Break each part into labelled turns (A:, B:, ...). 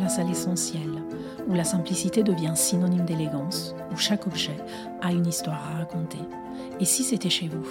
A: place à l'essentiel, où la simplicité devient synonyme d'élégance, où chaque objet a une histoire à raconter. Et si c'était chez vous ?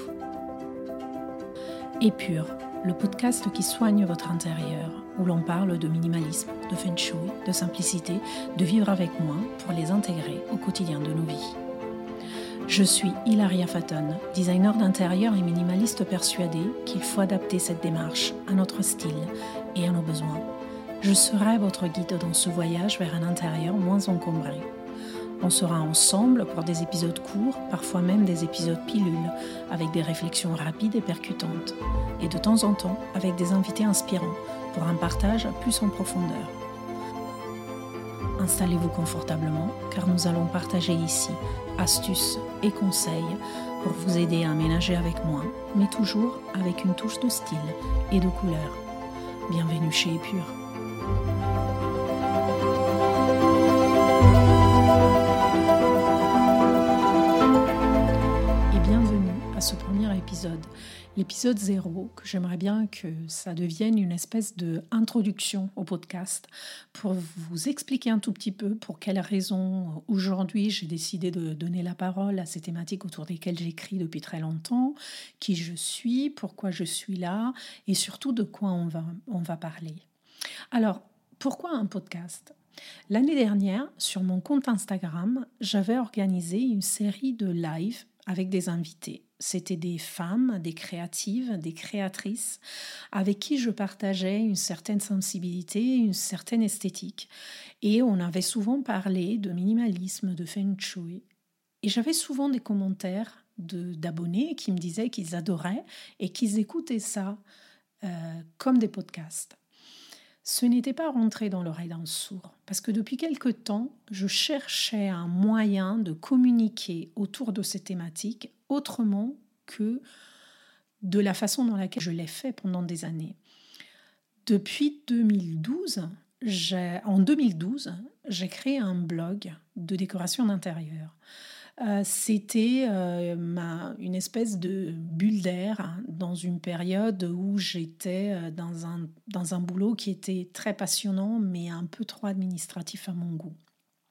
A: Épure, le podcast qui soigne votre intérieur, où l'on parle de minimalisme, de feng shui, de simplicité, de vivre avec moins pour les intégrer au quotidien de nos vies. Je suis Hilaria Fatton, designer d'intérieur et minimaliste persuadée qu'il faut adapter cette démarche à notre style et à nos besoins. Je serai votre guide dans ce voyage vers un intérieur moins encombré. On sera ensemble pour des épisodes courts, parfois même des épisodes pilules, avec des réflexions rapides et percutantes, et de temps en temps avec des invités inspirants pour un partage plus en profondeur. Installez-vous confortablement, car nous allons partager ici astuces et conseils pour vous aider à aménager avec moins, mais toujours avec une touche de style et de couleur. Bienvenue chez Épure. Et bienvenue à ce premier épisode, l'épisode 0, que j'aimerais bien que ça devienne une espèce d'introduction au podcast pour vous expliquer un tout petit peu pour quelles raisons aujourd'hui j'ai décidé de donner la parole à ces thématiques autour desquelles j'écris depuis très longtemps, qui je suis, pourquoi je suis là et surtout de quoi on va parler. Alors, pourquoi un podcast ? L'année dernière, sur mon compte Instagram, j'avais organisé une série de lives avec des invités. C'était des femmes, des créatives, des créatrices avec qui je partageais une certaine sensibilité, une certaine esthétique. Et on avait souvent parlé de minimalisme, de feng shui. Et j'avais souvent des commentaires d'abonnés qui me disaient qu'ils adoraient et qu'ils écoutaient ça comme des podcasts. Ce n'était pas rentré dans l'oreille d'un sourd, parce que depuis quelque temps, je cherchais un moyen de communiquer autour de ces thématiques autrement que de la façon dans laquelle je l'ai fait pendant des années. Depuis 2012, en 2012, j'ai créé un blog de décoration d'intérieur. C'était une espèce de bulle d'air dans une période où j'étais dans un boulot qui était très passionnant mais un peu trop administratif à mon goût.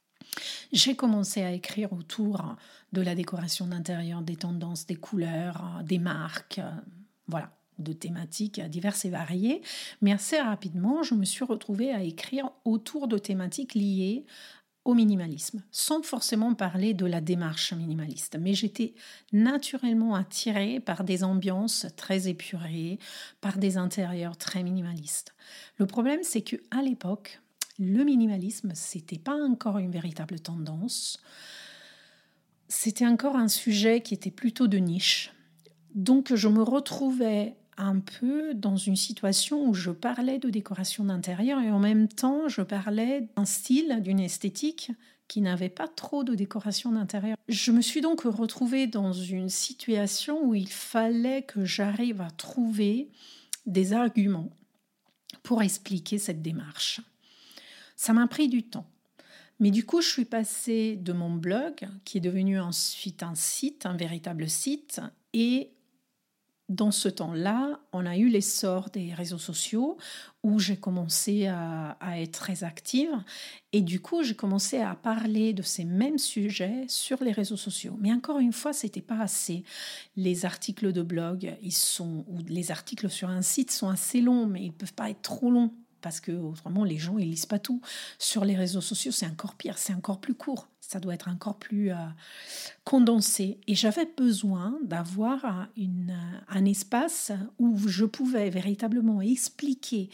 A: J'ai commencé à écrire autour de la décoration d'intérieur, des tendances, des couleurs, des marques, voilà, de thématiques diverses et variées. Mais assez rapidement, je me suis retrouvée à écrire autour de thématiques liées au minimalisme, sans forcément parler de la démarche minimaliste. Mais j'étais naturellement attirée par des ambiances très épurées, par des intérieurs très minimalistes. Le problème, c'est qu'à l'époque, le minimalisme, c'était pas encore une véritable tendance. C'était encore un sujet qui était plutôt de niche. Donc, je me retrouvais un peu dans une situation où je parlais de décoration d'intérieur et en même temps, je parlais d'un style, d'une esthétique qui n'avait pas trop de décoration d'intérieur. Je me suis donc retrouvée dans une situation où il fallait que j'arrive à trouver des arguments pour expliquer cette démarche. Ça m'a pris du temps. Mais du coup, je suis passée de mon blog, qui est devenu ensuite un site, un véritable site, et dans ce temps-là, on a eu l'essor des réseaux sociaux où j'ai commencé à être très active et du coup, j'ai commencé à parler de ces mêmes sujets sur les réseaux sociaux. Mais encore une fois, c'était pas assez. Les articles de blog, ou les articles sur un site sont assez longs, mais ils peuvent pas être trop longs parce que autrement les gens ils lisent pas tout. Sur les réseaux sociaux, c'est encore pire, c'est encore plus court. Ça doit être encore plus condensé. Et j'avais besoin d'avoir un espace où je pouvais véritablement expliquer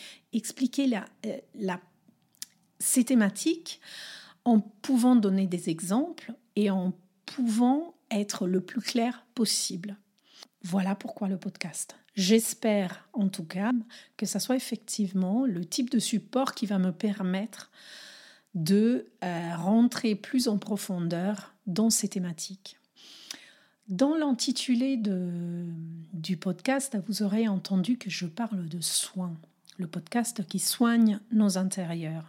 A: ces thématiques en pouvant donner des exemples et en pouvant être le plus clair possible. Voilà pourquoi le podcast. J'espère en tout cas que ça soit effectivement le type de support qui va me permettre de rentrer plus en profondeur dans ces thématiques. Dans l'intitulé du podcast, vous aurez entendu que je parle de soins, le podcast qui soigne nos intérieurs.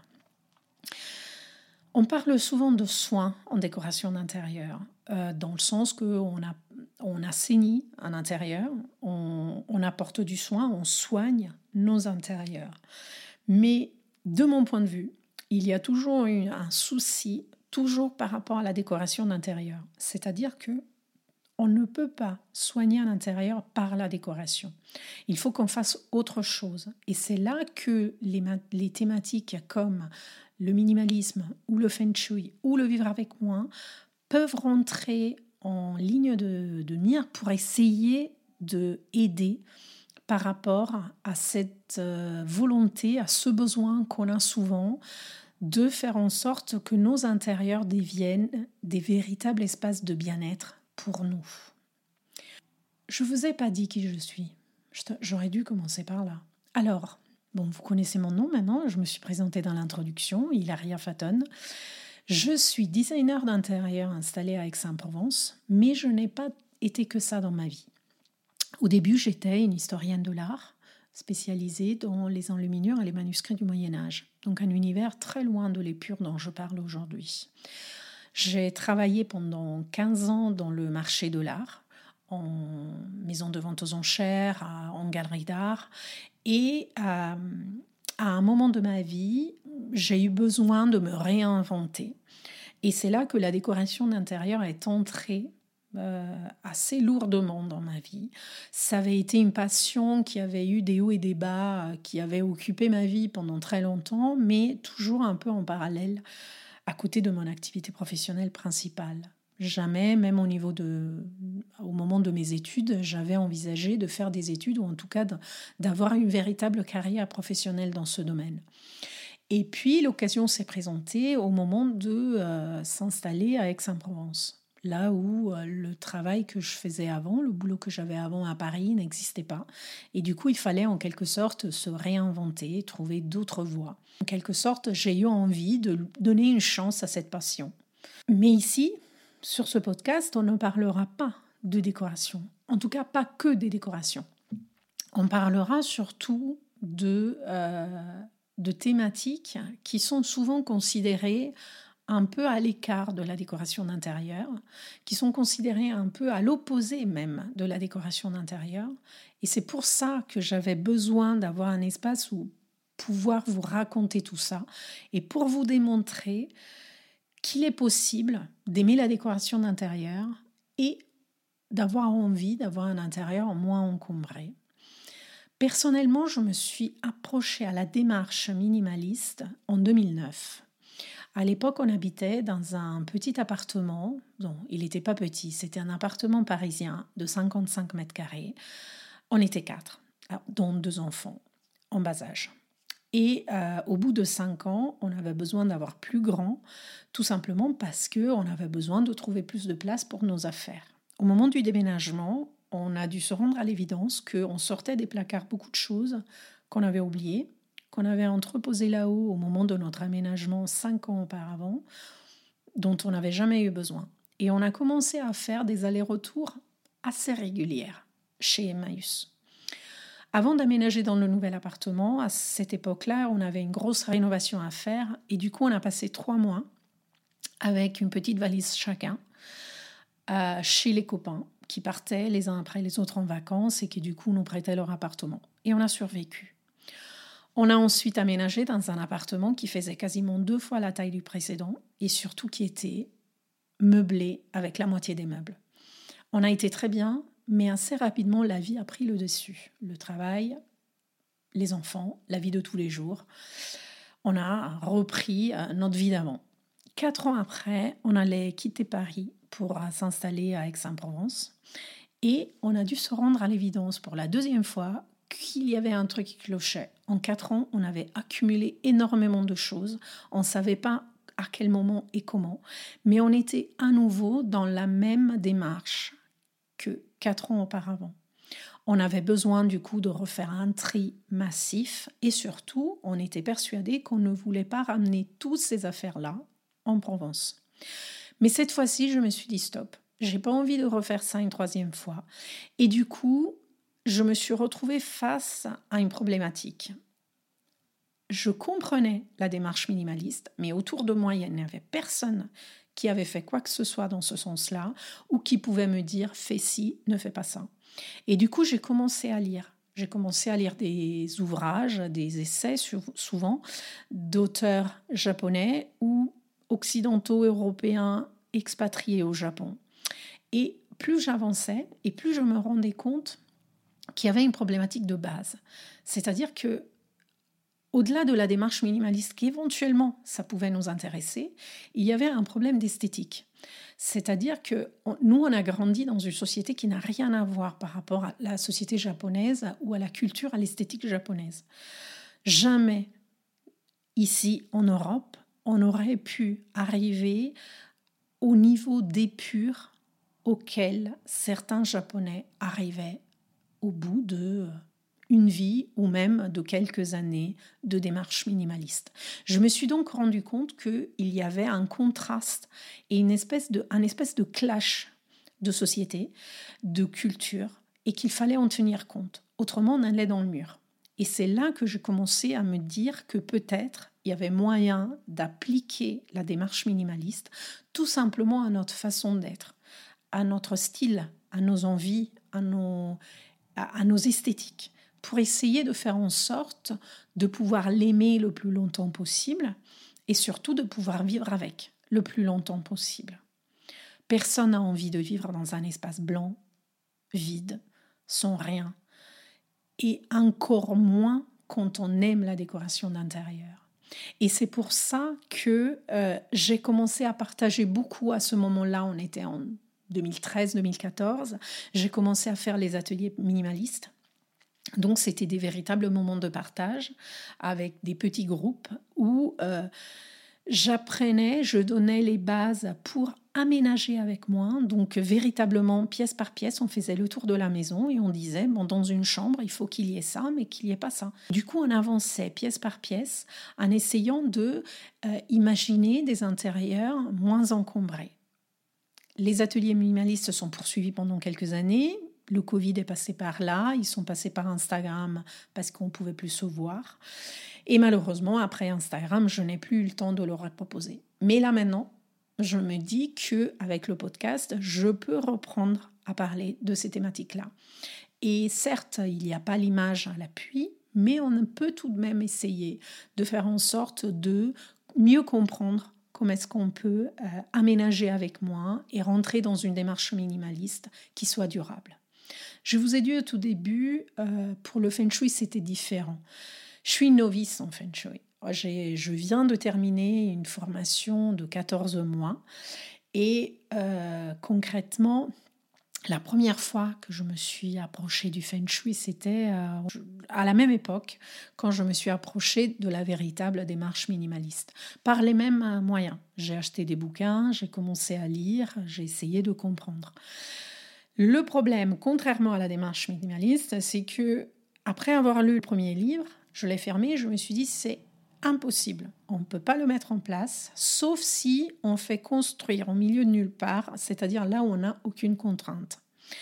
A: On parle souvent de soins en décoration d'intérieur, dans le sens qu'on assainit un intérieur, on apporte du soin, on soigne nos intérieurs. Mais de mon point de vue, il y a toujours eu un souci, toujours par rapport à la décoration d'intérieur. C'est-à-dire que on ne peut pas soigner à l'intérieur par la décoration. Il faut qu'on fasse autre chose. Et c'est là que les thématiques comme le minimalisme ou le feng shui ou le vivre avec moi peuvent rentrer en ligne de mire pour essayer d'aider par rapport à cette volonté, à ce besoin qu'on a souvent de faire en sorte que nos intérieurs deviennent des véritables espaces de bien-être pour nous. Je ne vous ai pas dit qui je suis. J'aurais dû commencer par là. Alors, vous connaissez mon nom maintenant, je me suis présentée dans l'introduction, Hilaria Fatton. Je suis designer d'intérieur installée à Aix-en-Provence, mais je n'ai pas été que ça dans ma vie. Au début, j'étais une historienne de l'art, spécialisée dans les enluminures et les manuscrits du Moyen-Âge, donc un univers très loin de l'épure dont je parle aujourd'hui. J'ai travaillé pendant 15 ans dans le marché de l'art, en maison de vente aux enchères, en galerie d'art, et à un moment de ma vie, j'ai eu besoin de me réinventer. Et c'est là que la décoration d'intérieur est entrée assez lourdement dans ma vie. Ça avait été une passion qui avait eu des hauts et des bas, qui avait occupé ma vie pendant très longtemps, mais toujours un peu en parallèle, à côté de mon activité professionnelle principale. Jamais, même au moment de mes études, j'avais envisagé de faire des études ou en tout cas d'avoir une véritable carrière professionnelle dans ce domaine. Et puis l'occasion s'est présentée au moment de s'installer à Aix-en-Provence, là où le travail que je faisais avant, le boulot que j'avais avant à Paris n'existait pas. Et du coup, il fallait en quelque sorte se réinventer, trouver d'autres voies. En quelque sorte, j'ai eu envie de donner une chance à cette passion. Mais ici, sur ce podcast, on ne parlera pas de décoration. En tout cas, pas que des décorations. On parlera surtout de thématiques qui sont souvent considérées un peu à l'écart de la décoration d'intérieur, qui sont considérées un peu à l'opposé même de la décoration d'intérieur. Et c'est pour ça que j'avais besoin d'avoir un espace où pouvoir vous raconter tout ça et pour vous démontrer qu'il est possible d'aimer la décoration d'intérieur et d'avoir envie d'avoir un intérieur moins encombré. Personnellement, je me suis approchée à la démarche minimaliste en 2009. À l'époque, on habitait dans un petit appartement. Non, il n'était pas petit, c'était un appartement parisien de 55 mètres carrés. On était 4, dont 2 enfants en bas âge. Et au bout de 5 ans, on avait besoin d'avoir plus grand, tout simplement parce qu'on avait besoin de trouver plus de place pour nos affaires. Au moment du déménagement, on a dû se rendre à l'évidence qu'on sortait des placards beaucoup de choses qu'on avait oubliées, qu'on avait entreposées là-haut au moment de notre aménagement 5 ans auparavant, dont on n'avait jamais eu besoin. Et on a commencé à faire des allers-retours assez régulières chez Emmaüs. Avant d'aménager dans le nouvel appartement, à cette époque-là, on avait une grosse rénovation à faire et du coup, on a passé 3 mois avec une petite valise chacun chez les copains qui partaient les uns après les autres en vacances et qui du coup nous prêtaient leur appartement. Et on a survécu. On a ensuite aménagé dans un appartement qui faisait quasiment 2 fois la taille du précédent et surtout qui était meublé avec la moitié des meubles. On a été très bien, mais assez rapidement, la vie a pris le dessus. Le travail, les enfants, la vie de tous les jours. On a repris notre vie d'avant. 4 ans après, on allait quitter Paris pour s'installer à Aix-en-Provence. Et on a dû se rendre à l'évidence pour la 2e fois qu'il y avait un truc qui clochait. En 4 ans, on avait accumulé énormément de choses. On ne savait pas à quel moment et comment. Mais on était à nouveau dans la même démarche que 4 ans auparavant. On avait besoin du coup de refaire un tri massif et surtout, on était persuadé qu'on ne voulait pas ramener toutes ces affaires-là en Provence. Mais cette fois-ci, je me suis dit stop, j'ai pas envie de refaire ça une 3e fois. Et du coup, je me suis retrouvée face à une problématique. Je comprenais la démarche minimaliste, mais autour de moi, il n'y avait personne qui avait fait quoi que ce soit dans ce sens-là ou qui pouvait me dire « fais ci, ne fais pas ça ». Et du coup, j'ai commencé à lire. J'ai commencé à lire des ouvrages, des essais souvent d'auteurs japonais ou occidentaux européens expatriés au Japon. Et plus j'avançais et plus je me rendais compte qu'il y avait une problématique de base. C'est-à-dire que au-delà de la démarche minimaliste qu'éventuellement ça pouvait nous intéresser, il y avait un problème d'esthétique. C'est-à-dire que nous, on a grandi dans une société qui n'a rien à voir par rapport à la société japonaise ou à la culture, à l'esthétique japonaise. Jamais, ici en Europe, on aurait pu arriver au niveau d'épure auquel certains Japonais arrivaient au bout de une vie ou même de quelques années de démarche minimaliste. Je me suis donc rendu compte qu'il y avait un contraste et un espèce de clash de société, de culture, et qu'il fallait en tenir compte. Autrement, on allait dans le mur. Et c'est là que j'ai commencé à me dire que peut-être il y avait moyen d'appliquer la démarche minimaliste tout simplement à notre façon d'être, à notre style, à nos envies, à nos esthétiques, pour essayer de faire en sorte de pouvoir l'aimer le plus longtemps possible et surtout de pouvoir vivre avec le plus longtemps possible. Personne n'a envie de vivre dans un espace blanc, vide, sans rien, et encore moins quand on aime la décoration d'intérieur. Et c'est pour ça que j'ai commencé à partager beaucoup à ce moment-là, on était en 2013-2014, j'ai commencé à faire les ateliers minimalistes. Donc, c'était des véritables moments de partage avec des petits groupes où j'apprenais, je donnais les bases pour aménager avec moi. Donc, véritablement, pièce par pièce, on faisait le tour de la maison et on disait, bon, dans une chambre, il faut qu'il y ait ça, mais qu'il n'y ait pas ça. Du coup, on avançait pièce par pièce en essayant de imaginer des intérieurs moins encombrés. Les ateliers minimalistes se sont poursuivis pendant quelques années. Le Covid est passé par là, ils sont passés par Instagram parce qu'on ne pouvait plus se voir. Et malheureusement, après Instagram, je n'ai plus eu le temps de leur proposer. Mais là maintenant, je me dis qu'avec le podcast, je peux reprendre à parler de ces thématiques-là. Et certes, il n'y a pas l'image à l'appui, mais on peut tout de même essayer de faire en sorte de mieux comprendre comment est-ce qu'on peut aménager avec moi et rentrer dans une démarche minimaliste qui soit durable. Je vous ai dit au tout début, pour le Feng Shui, c'était différent. Je suis novice en Feng Shui. Je viens de terminer une formation de 14 mois et concrètement, la première fois que je me suis approchée du Feng Shui, c'était à la même époque quand je me suis approchée de la véritable démarche minimaliste. Par les mêmes moyens. J'ai acheté des bouquins, j'ai commencé à lire, j'ai essayé de comprendre. Le problème, contrairement à la démarche minimaliste, c'est que après avoir lu le premier livre, je l'ai fermé et je me suis dit c'est impossible. On ne peut pas le mettre en place, sauf si on fait construire au milieu de nulle part, c'est-à-dire là où on n'a aucune contrainte.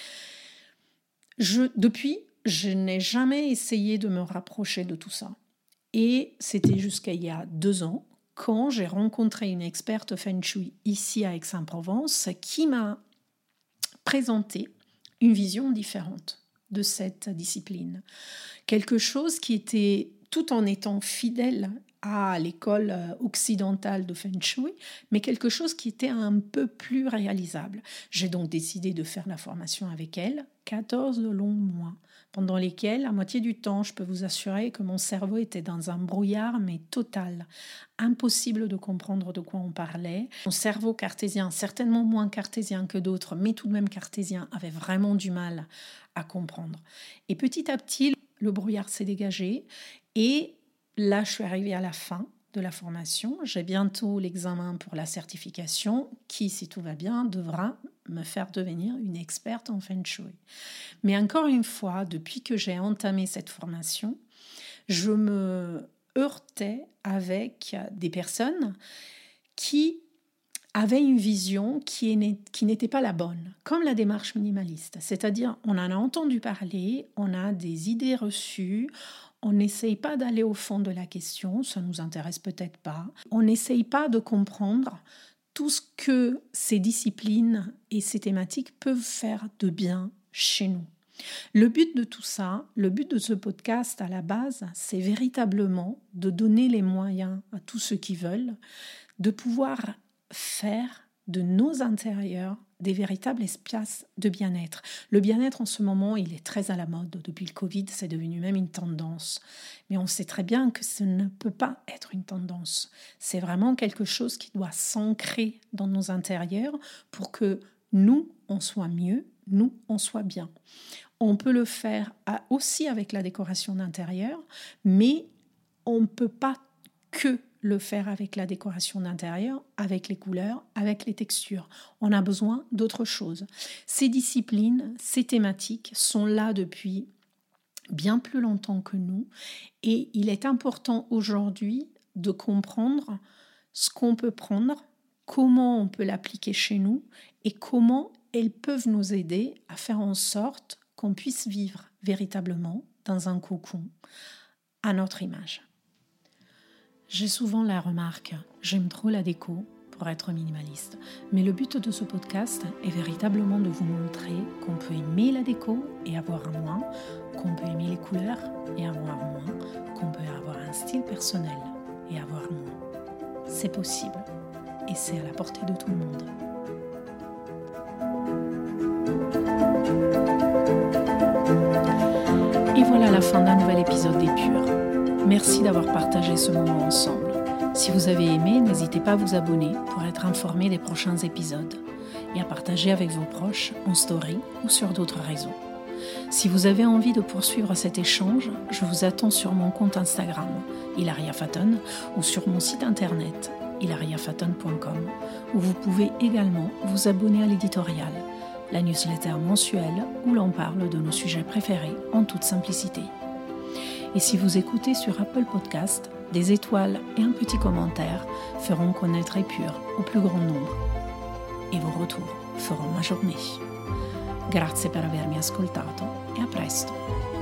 A: Depuis, je n'ai jamais essayé de me rapprocher de tout ça. Et c'était jusqu'à il y a 2 ans, quand j'ai rencontré une experte Feng Shui ici à Aix-en-Provence, qui m'a présenté une vision différente de cette discipline. Quelque chose qui était, tout en étant fidèle à l'école occidentale de Feng Shui, mais quelque chose qui était un peu plus réalisable. J'ai donc décidé de faire la formation avec elle, 14 longs mois, pendant lesquels, la moitié du temps, je peux vous assurer que mon cerveau était dans un brouillard, mais total. Impossible de comprendre de quoi on parlait. Mon cerveau cartésien, certainement moins cartésien que d'autres, mais tout de même cartésien, avait vraiment du mal à comprendre. Et petit à petit, le brouillard s'est dégagé et là, je suis arrivée à la fin de la formation. J'ai bientôt l'examen pour la certification qui, si tout va bien, devra me faire devenir une experte en Feng Shui. Mais encore une fois, depuis que j'ai entamé cette formation, je me heurtais avec des personnes qui avaient une vision qui n'était pas la bonne, comme la démarche minimaliste. C'est-à-dire, on en a entendu parler, on a des idées reçues, on n'essaye pas d'aller au fond de la question, ça ne nous intéresse peut-être pas. On n'essaye pas de comprendre tout ce que ces disciplines et ces thématiques peuvent faire de bien chez nous. Le but de tout ça, le but de ce podcast à la base, c'est véritablement de donner les moyens à tous ceux qui veulent de pouvoir faire de nos intérieurs des véritables espaces de bien-être. Le bien-être en ce moment, il est très à la mode. Depuis le Covid, c'est devenu même une tendance. Mais on sait très bien que ce ne peut pas être une tendance. C'est vraiment quelque chose qui doit s'ancrer dans nos intérieurs pour que nous, on soit mieux, nous, on soit bien. On peut le faire aussi avec la décoration d'intérieur, mais on ne peut pas que le faire avec la décoration d'intérieur, avec les couleurs, avec les textures. On a besoin d'autre chose. Ces disciplines, ces thématiques sont là depuis bien plus longtemps que nous et il est important aujourd'hui de comprendre ce qu'on peut prendre, comment on peut l'appliquer chez nous et comment elles peuvent nous aider à faire en sorte qu'on puisse vivre véritablement dans un cocon à notre image. J'ai souvent la remarque, j'aime trop la déco pour être minimaliste, mais le but de ce podcast est véritablement de vous montrer qu'on peut aimer la déco et avoir un moins, qu'on peut aimer les couleurs et avoir moins, qu'on peut avoir un style personnel et avoir moins. C'est possible et c'est à la portée de tout le monde. Et voilà la fin d'un nouvel épisode d'Épure. Merci d'avoir partagé ce moment ensemble. Si vous avez aimé, n'hésitez pas à vous abonner pour être informé des prochains épisodes et à partager avec vos proches en story ou sur d'autres réseaux. Si vous avez envie de poursuivre cet échange, je vous attends sur mon compte Instagram, Hilaria Faton, ou sur mon site internet, hilariafaton.com, où vous pouvez également vous abonner à l'éditorial, la newsletter mensuelle où l'on parle de nos sujets préférés en toute simplicité. Et si vous écoutez sur Apple Podcast, des étoiles et un petit commentaire feront connaître Épure au plus grand nombre. Et vos retours feront ma journée. Grazie per avermi ascoltato e a presto!